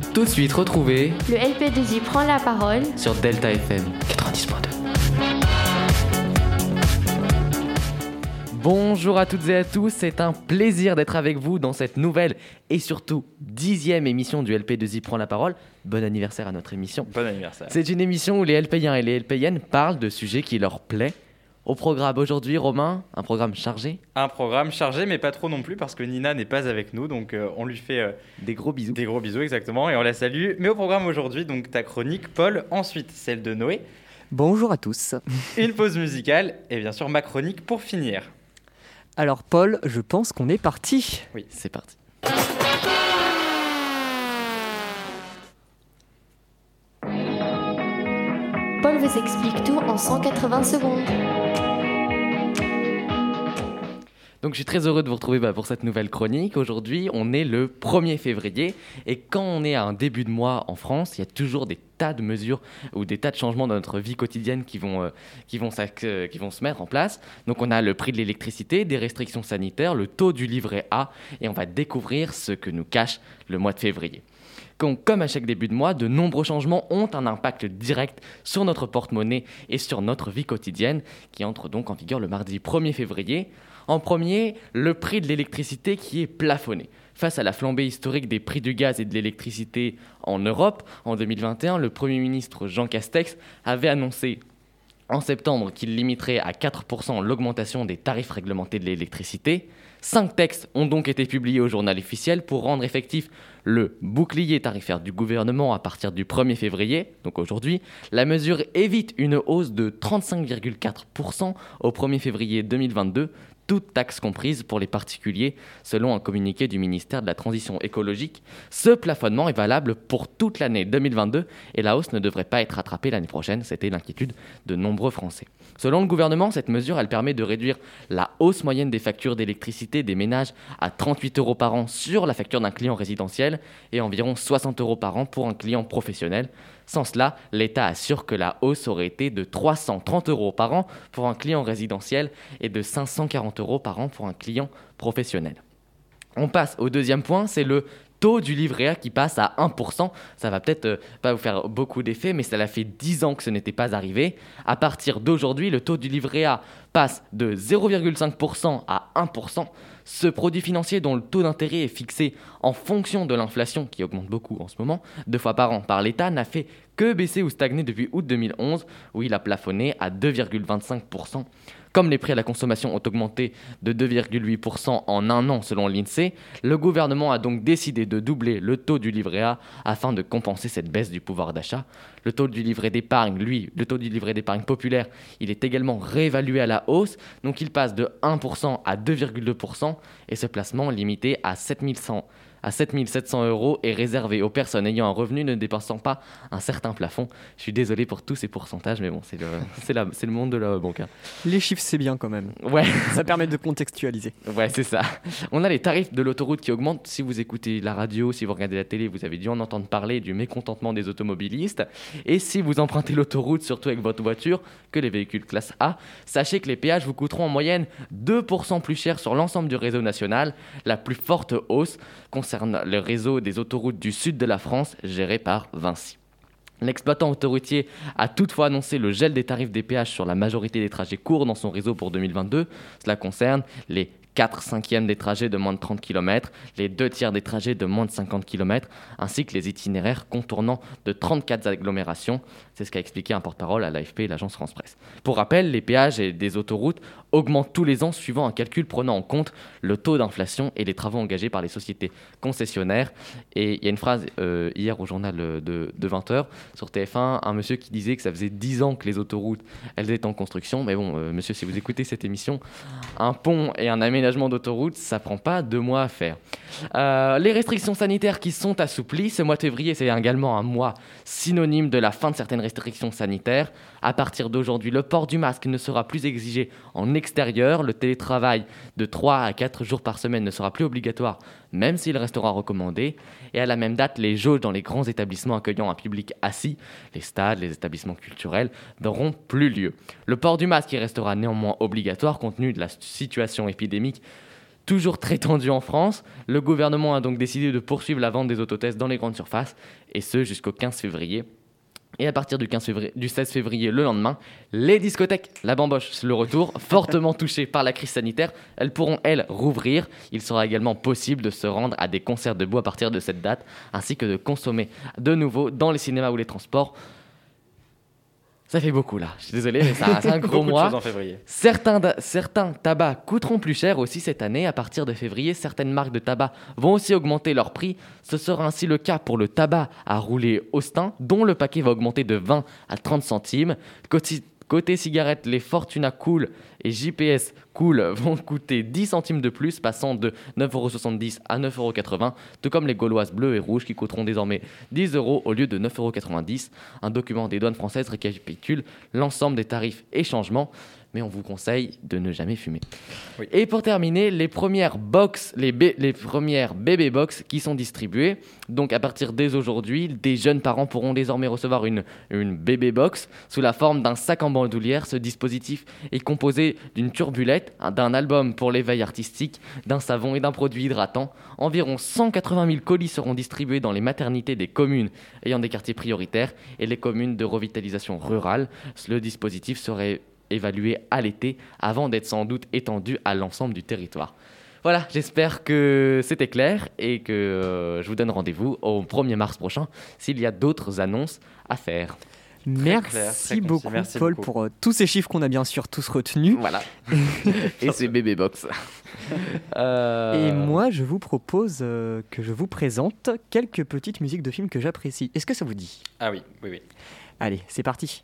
Tout de suite, retrouvez Le LP2I prend la parole sur Delta FM 90.2. Bonjour à toutes et à tous, c'est un plaisir d'être avec vous dans cette nouvelle et surtout 10e émission du LP2I prend la parole. Bon anniversaire à notre émission. Bon anniversaire. C'est une émission où les LPiens et les LPiennes parlent de sujets qui leur plaisent. Au programme aujourd'hui, Romain, un programme chargé. Un programme chargé, mais pas trop non plus, parce que Nina n'est pas avec nous, donc on lui fait des gros bisous. Des gros bisous, exactement, et on la salue. Mais au programme aujourd'hui, donc ta chronique, Paul, ensuite celle de Noé. Bonjour à tous. Une pause musicale, et bien sûr ma chronique pour finir. Alors Paul, je pense qu'on est parti. Oui, c'est parti. Paul vous explique tout en 180 secondes. Donc je suis très heureux de vous retrouver pour cette nouvelle chronique. Aujourd'hui, on est le 1er février et quand on est à un début de mois en France, il y a toujours des tas de mesures ou des tas de changements dans notre vie quotidienne qui vont se mettre en place. Donc on a le prix de l'électricité, des restrictions sanitaires, le taux du livret A et on va découvrir ce que nous cache le mois de février. Comme à chaque début de mois, de nombreux changements ont un impact direct sur notre porte-monnaie et sur notre vie quotidienne qui entre donc en vigueur le mardi 1er février. En premier, le prix de l'électricité qui est plafonné. Face à la flambée historique des prix du gaz et de l'électricité en Europe, en 2021, le Premier ministre Jean Castex avait annoncé en septembre qu'il limiterait à 4% l'augmentation des tarifs réglementés de l'électricité. 5 textes ont donc été publiés au journal officiel pour rendre effectif le bouclier tarifaire du gouvernement à partir du 1er février, donc aujourd'hui. La mesure évite une hausse de 35,4% au 1er février 2022, toutes taxes comprises pour les particuliers, selon un communiqué du ministère de la Transition écologique. Ce plafonnement est valable pour toute l'année 2022 et la hausse ne devrait pas être rattrapée l'année prochaine, c'était l'inquiétude de nombreux Français. Selon le gouvernement, cette mesure, elle permet de réduire la hausse moyenne des factures d'électricité des ménages à 38 € par an sur la facture d'un client résidentiel et environ 60 € par an pour un client professionnel. Sans cela, l'État assure que la hausse aurait été de 330 € par an pour un client résidentiel et de 540 € par an pour un client professionnel. On passe au deuxième point, c'est le taux du livret A qui passe à 1%. Ça va peut-être pas vous faire beaucoup d'effet, mais ça fait 10 ans que ce n'était pas arrivé. À partir d'aujourd'hui, le taux du livret A passe de 0,5% à 1%. Ce produit financier dont le taux d'intérêt est fixé en fonction de l'inflation, qui augmente beaucoup en ce moment, 2 fois par an par l'État, n'a fait que baisser ou stagner depuis août 2011, où il a plafonné à 2,25%. Comme les prix à la consommation ont augmenté de 2,8% en un an selon l'INSEE, le gouvernement a donc décidé de doubler le taux du livret A afin de compenser cette baisse du pouvoir d'achat. Le taux du livret d'épargne, le taux du livret d'épargne populaire, il est également réévalué à la hausse, donc il passe de 1% à 2,2% et ce placement limité à 7 700 € est réservé aux personnes ayant un revenu ne dépassant pas un certain plafond. Je suis désolé pour tous ces pourcentages, mais bon, c'est le monde de la banque. Les chiffres, c'est bien quand même. Ouais. Ça permet de contextualiser. Ouais, c'est ça. On a les tarifs de l'autoroute qui augmentent. Si vous écoutez la radio, si vous regardez la télé, vous avez dû en entendre parler du mécontentement des automobilistes. Et si vous empruntez l'autoroute, surtout avec votre voiture, que les véhicules classe A, sachez que les péages vous coûteront en moyenne 2% plus cher sur l'ensemble du réseau national. La plus forte hausse concerne le réseau des autoroutes du sud de la France, géré par Vinci. L'exploitant autoroutier a toutefois annoncé le gel des tarifs des péages sur la majorité des trajets courts dans son réseau pour 2022. Cela concerne les 4/5 des trajets de moins de 30 km, les 2/3 des trajets de moins de 50 km, ainsi que les itinéraires contournant de 34 agglomérations. C'est ce qu'a expliqué un porte-parole à l'AFP et l'agence France-Presse. Pour rappel, les péages et des autoroutes augmentent tous les ans suivant un calcul prenant en compte le taux d'inflation et les travaux engagés par les sociétés concessionnaires. Et il y a une phrase hier au journal de 20h sur TF1, un monsieur qui disait que ça faisait 10 ans que les autoroutes elles étaient en construction. Mais bon, monsieur, si vous écoutez cette émission, un pont et un aménagement d'autoroute, ça prend pas 2 mois à faire. Les restrictions sanitaires qui sont assouplies, ce mois de février, c'est également un mois synonyme de la fin de certaines restrictions sanitaires. À partir d'aujourd'hui, le port du masque ne sera plus exigé en extérieur. Le télétravail de 3 à 4 jours par semaine ne sera plus obligatoire, même s'il restera recommandé. Et à la même date, les jauges dans les grands établissements accueillant un public assis, les stades, les établissements culturels, n'auront plus lieu. Le port du masque restera néanmoins obligatoire compte tenu de la situation épidémique toujours très tendu en France. Le gouvernement a donc décidé de poursuivre la vente des autotests dans les grandes surfaces, et ce jusqu'au 15 février. Et à partir du 16 février, le lendemain, les discothèques, la bamboche, le retour, fortement touchées par la crise sanitaire, elles pourront, elles, rouvrir. Il sera également possible de se rendre à des concerts debout à partir de cette date, ainsi que de consommer de nouveau dans les cinémas ou les transports. Ça fait beaucoup là, je suis désolé, mais c'est un gros mois. Beaucoup de choses en février. Certains tabacs coûteront plus cher aussi cette année. À partir de février, certaines marques de tabac vont aussi augmenter leur prix. Ce sera ainsi le cas pour le tabac à rouler Austin, dont le paquet va augmenter de 20 à 30 centimes. Côté cigarettes, les Fortuna Cool et JPS Cool vont coûter 10 centimes de plus, passant de 9,70€ à 9,80€, tout comme les Gauloises bleues et rouges qui coûteront désormais 10€ au lieu de 9,90€. Un document des douanes françaises récapitule l'ensemble des tarifs et changements, mais on vous conseille de ne jamais fumer. Oui. Et pour terminer, les premières bébé box qui sont distribuées. Donc à partir dès aujourd'hui, des jeunes parents pourront désormais recevoir une bébé box sous la forme d'un sac en bandoulière. Ce dispositif est composé d'une turbulette, d'un album pour l'éveil artistique, d'un savon et d'un produit hydratant. Environ 180 000 colis seront distribués dans les maternités des communes ayant des quartiers prioritaires et les communes de revitalisation rurale. Le dispositif serait évalué à l'été avant d'être sans doute étendu à l'ensemble du territoire. Voilà, j'espère que c'était clair et que je vous donne rendez-vous au 1er mars prochain s'il y a d'autres annonces à faire. Merci beaucoup, Paul, pour tous ces chiffres qu'on a bien sûr tous retenus. Voilà. Et c'est bébé box. Et moi, je vous propose que je vous présente quelques petites musiques de films que j'apprécie. Est-ce que ça vous dit ? Ah oui. Allez, c'est parti.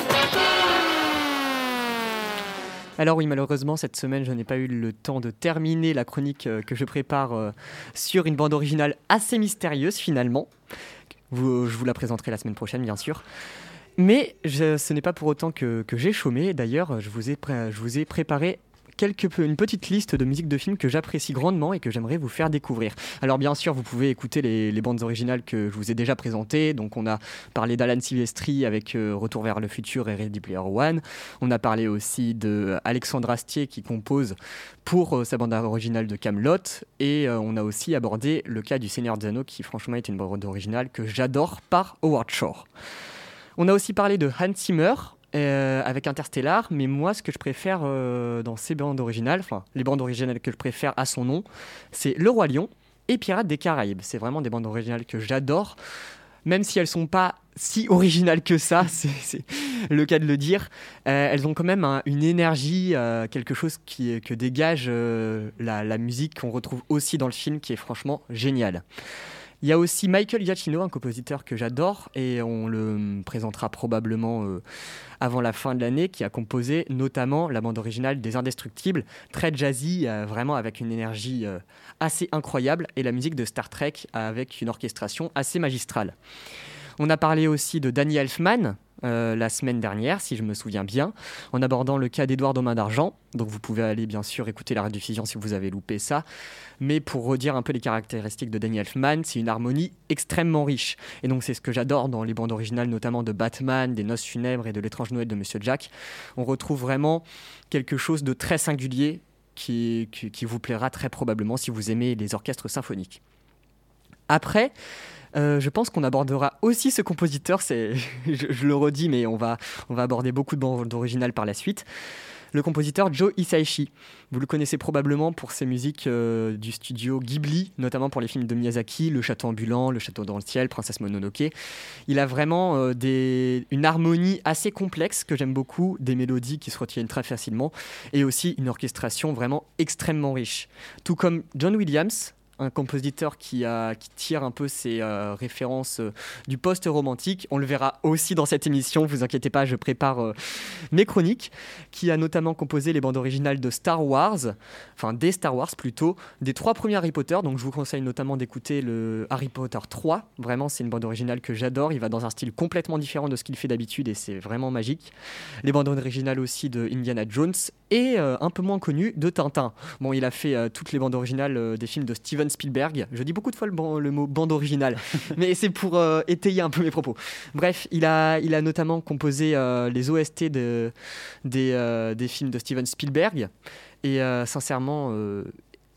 Alors oui, malheureusement, cette semaine, je n'ai pas eu le temps de terminer la chronique que je prépare sur une bande originale assez mystérieuse, finalement. Je vous la présenterai la semaine prochaine, bien sûr. Mais ce n'est pas pour autant que j'ai chômé. D'ailleurs, je vous ai préparé une petite liste de musiques de films que j'apprécie grandement et que j'aimerais vous faire découvrir. Alors bien sûr, vous pouvez écouter les bandes originales que je vous ai déjà présentées. Donc on a parlé d'Alan Silvestri avec Retour vers le futur et Ready Player One. On a parlé aussi de Alexandre Astier qui compose pour sa bande originale de Kaamelott. Et on a aussi abordé le cas du Seigneur des Anneaux qui franchement est une bande originale que j'adore par Howard Shore. On a aussi parlé de Hans Zimmer avec Interstellar, mais moi ce que je préfère dans ces bandes originales, enfin les bandes originales que je préfère à son nom, c'est Le Roi Lion et Pirates des Caraïbes. C'est vraiment des bandes originales que j'adore, même si elles sont pas si originales que ça, c'est le cas de le dire. Elles ont quand même une énergie, quelque chose que dégage la musique qu'on retrouve aussi dans le film, qui est franchement génial. Il y a aussi Michael Giacchino, un compositeur que j'adore et on le présentera probablement avant la fin de l'année, qui a composé notamment la bande originale des Indestructibles, très jazzy, vraiment avec une énergie assez incroyable, et la musique de Star Trek avec une orchestration assez magistrale. On a parlé aussi de Danny Elfman la semaine dernière, si je me souviens bien, en abordant le cas d'Édouard aux Mains d'Argent. Donc vous pouvez aller bien sûr écouter la rediffusion si vous avez loupé ça. Mais pour redire un peu les caractéristiques de Danny Elfman, c'est une harmonie extrêmement riche. Et donc c'est ce que j'adore dans les bandes originales, notamment de Batman, des Noces funèbres et de L'étrange Noël de Monsieur Jack. On retrouve vraiment quelque chose de très singulier qui vous plaira très probablement si vous aimez les orchestres symphoniques. Après, je pense qu'on abordera aussi ce compositeur, je le redis, mais on va aborder beaucoup de bandes originales par la suite. Le compositeur Joe Hisaishi. Vous le connaissez probablement pour ses musiques du studio Ghibli, notamment pour les films de Miyazaki, Le Château ambulant, Le Château dans le ciel, Princesse Mononoke. Il a vraiment une harmonie assez complexe que j'aime beaucoup, des mélodies qui se retiennent très facilement, et aussi une orchestration vraiment extrêmement riche. Tout comme John Williams, un compositeur qui tire un peu ses références du post-romantique. On le verra aussi dans cette émission, vous inquiétez pas, je prépare mes chroniques, qui a notamment composé les bandes originales de Star Wars, enfin des Star Wars plutôt, des 3 premiers Harry Potter, donc je vous conseille notamment d'écouter le Harry Potter 3, vraiment c'est une bande originale que j'adore, il va dans un style complètement différent de ce qu'il fait d'habitude et c'est vraiment magique. Les bandes originales aussi de Indiana Jones et un peu moins connu de Tintin. Bon, il a fait toutes les bandes originales des films de Steven Spielberg. Je dis beaucoup de fois le mot bande originale, mais c'est pour étayer un peu mes propos. Bref, il a notamment composé les OST des films de Steven Spielberg et sincèrement,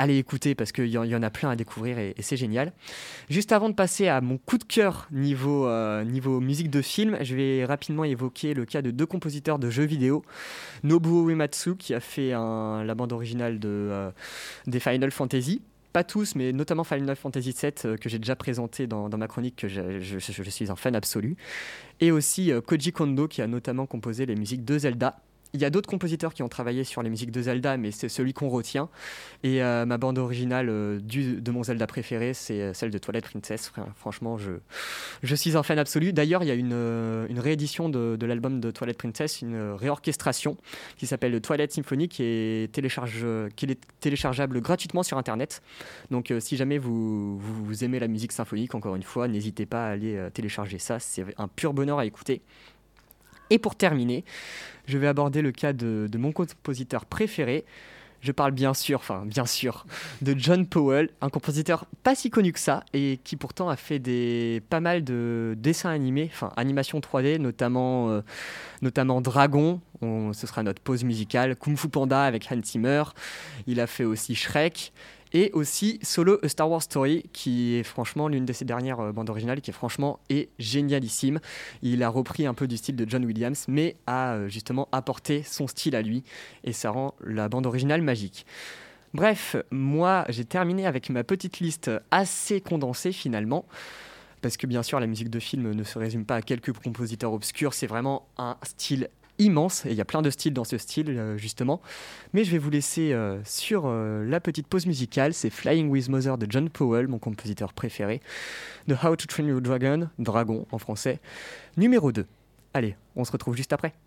allez écouter parce qu'il y en a plein à découvrir et c'est génial. Juste avant de passer à mon coup de cœur niveau musique de film, je vais rapidement évoquer le cas de 2 compositeurs de jeux vidéo. Nobuo Uematsu qui a fait la bande originale des Final Fantasy. Pas tous, mais notamment Final Fantasy VII que j'ai déjà présenté dans ma chronique, que je suis un fan absolu. Et aussi Koji Kondo qui a notamment composé les musiques de Zelda. Il y a d'autres compositeurs qui ont travaillé sur les musiques de Zelda, mais c'est celui qu'on retient. Et ma bande originale de mon Zelda préféré, c'est celle de Twilight Princess. Franchement, je suis un fan absolu. D'ailleurs, il y a une réédition de l'album de Twilight Princess, une réorchestration qui s'appelle Twilight Symphony, qui est téléchargeable gratuitement sur Internet. Donc, si jamais vous aimez la musique symphonique, encore une fois, n'hésitez pas à aller télécharger ça. C'est un pur bonheur à écouter. Et pour terminer, je vais aborder le cas de mon compositeur préféré. Je parle bien sûr, de John Powell, un compositeur pas si connu que ça et qui pourtant a fait pas mal de dessins animés, animations 3D, notamment Dragon, ce sera notre pause musicale, Kung Fu Panda avec Hans Zimmer. Il a fait aussi Shrek. Et aussi Solo A Star Wars Story, qui est franchement l'une de ses dernières bandes originales, qui est génialissime. Il a repris un peu du style de John Williams, mais a justement apporté son style à lui, et ça rend la bande originale magique. Bref, moi j'ai terminé avec ma petite liste assez condensée finalement, parce que bien sûr la musique de film ne se résume pas à quelques compositeurs obscurs, c'est vraiment un style immense, et il y a plein de styles dans ce style justement, mais je vais vous laisser sur la petite pause musicale. C'est Flying with Mother de John Powell, mon compositeur préféré, de How to Train Your Dragon, Dragon en français, numéro 2. Allez, on se retrouve juste après.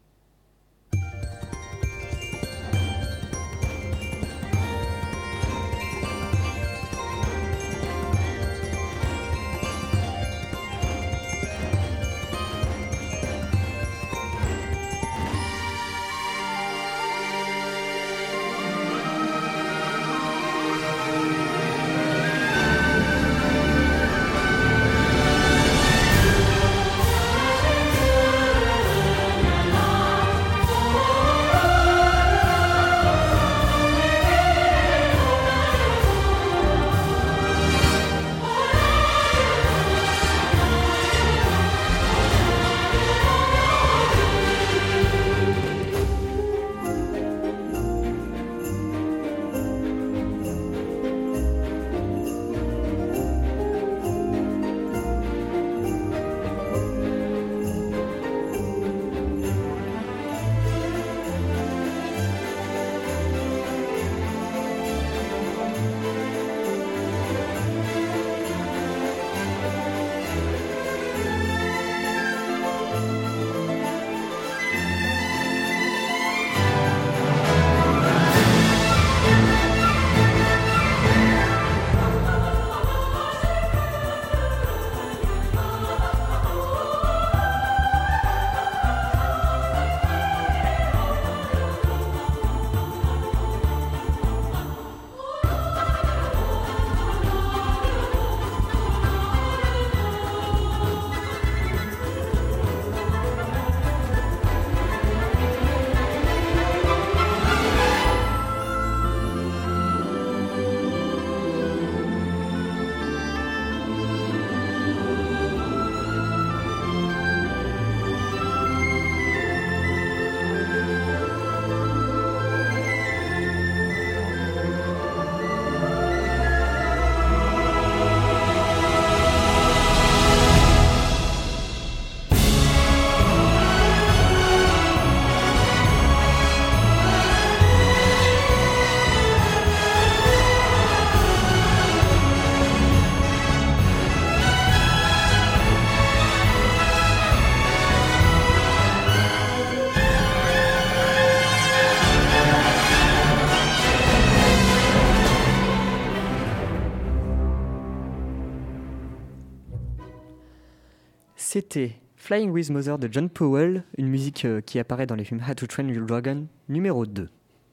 C'était Flying with Mother de John Powell, une musique qui apparaît dans les films How to Train Your Dragon, numéro 2.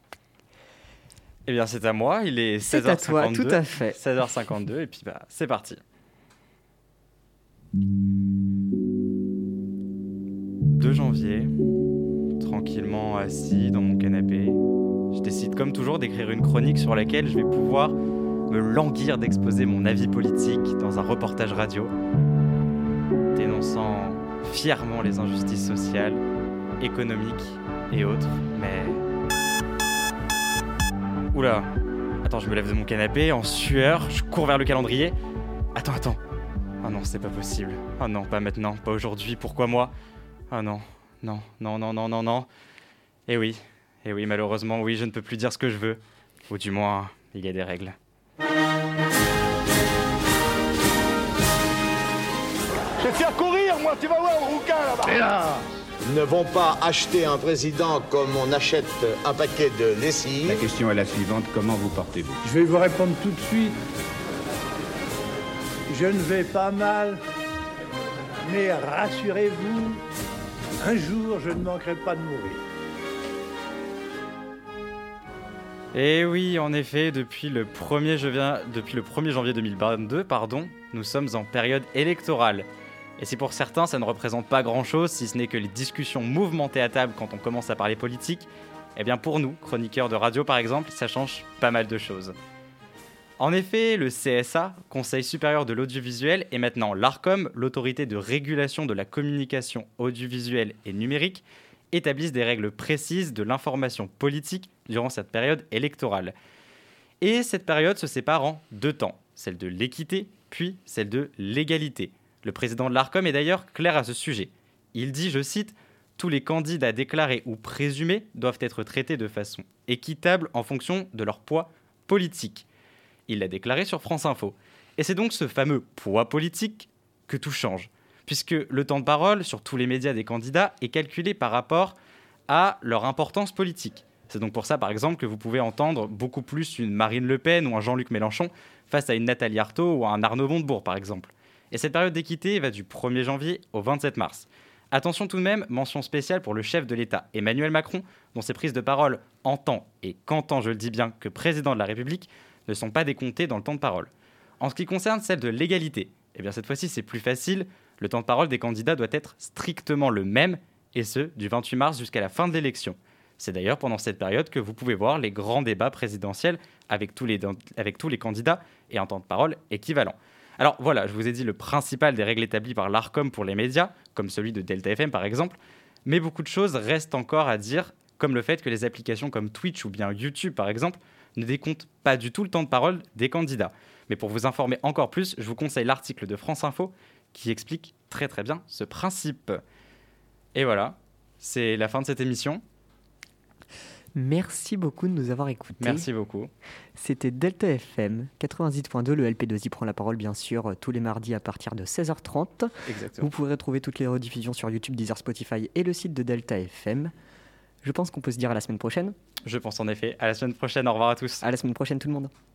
Eh bien, c'est à moi, il est 16h52. C'est à toi, tout à fait. 16h52, et puis c'est parti. 2 janvier, tranquillement assis dans mon canapé, je je décide comme toujours d'écrire une chronique sur laquelle je vais pouvoir me languir d'exposer mon avis politique dans un reportage radio, dénonçant fièrement les injustices sociales, économiques et autres, mais... Oula, attends, je me lève de mon canapé, en sueur, je cours vers le calendrier. Attends. Oh non, c'est pas possible. Oh non, pas maintenant, pas aujourd'hui, pourquoi moi? Oh non. Eh oui, malheureusement, oui, je ne peux plus dire ce que je veux. Ou du moins, il y a des règles. Je vais te faire courir, moi, tu vas voir le rouquin là-bas. Mais là, ils ne vont pas acheter un président comme on achète un paquet de lessive. La question est la suivante, comment vous portez-vous? Je vais vous répondre tout de suite. Je ne vais pas mal, mais rassurez-vous, un jour, je ne manquerai pas de mourir. Et oui, en effet, depuis le 1er janvier 2022, nous sommes en période électorale. Et si pour certains, ça ne représente pas grand-chose, si ce n'est que les discussions mouvementées à table quand on commence à parler politique, eh bien pour nous, chroniqueurs de radio par exemple, ça change pas mal de choses. En effet, le CSA, Conseil supérieur de l'audiovisuel, et maintenant l'ARCOM, l'autorité de régulation de la communication audiovisuelle et numérique, établissent des règles précises de l'information politique durant cette période électorale. Et cette période se sépare en 2 temps, celle de l'équité, puis celle de l'égalité. Le président de l'ARCOM est d'ailleurs clair à ce sujet. Il dit, je cite, « Tous les candidats déclarés ou présumés doivent être traités de façon équitable en fonction de leur poids politique. » Il l'a déclaré sur France Info. Et c'est donc ce fameux poids politique que tout change, puisque le temps de parole sur tous les médias des candidats est calculé par rapport à leur importance politique. C'est donc pour ça, par exemple, que vous pouvez entendre beaucoup plus une Marine Le Pen ou un Jean-Luc Mélenchon face à une Nathalie Arthaud ou à un Arnaud Montebourg, par exemple. Et cette période d'équité va du 1er janvier au 27 mars. Attention tout de même, mention spéciale pour le chef de l'État, Emmanuel Macron, dont ses prises de parole en tant et qu'en tant, je le dis bien, que président de la République, ne sont pas décomptées dans le temps de parole. En ce qui concerne celle de l'égalité, eh bien cette fois-ci c'est plus facile, le temps de parole des candidats doit être strictement le même, et ce, du 28 mars jusqu'à la fin de l'élection. C'est d'ailleurs pendant cette période que vous pouvez voir les grands débats présidentiels avec tous les candidats et un temps de parole équivalent. Alors voilà, je vous ai dit le principal des règles établies par l'ARCOM pour les médias, comme celui de Delta FM par exemple, mais beaucoup de choses restent encore à dire, comme le fait que les applications comme Twitch ou bien YouTube par exemple ne décomptent pas du tout le temps de parole des candidats. Mais pour vous informer encore plus, je vous conseille l'article de France Info qui explique très très bien ce principe. Et voilà, c'est la fin de cette émission. Merci beaucoup de nous avoir écoutés. Merci beaucoup. C'était Delta FM 98.2, le LP2I prend la parole bien sûr tous les mardis à partir de 16h30. Exactement. Vous pourrez retrouver toutes les rediffusions sur YouTube, Deezer, Spotify et le site de Delta FM. Je pense qu'on peut se dire à la semaine prochaine. Je pense en effet. À la semaine prochaine, au revoir à tous. À la semaine prochaine tout le monde.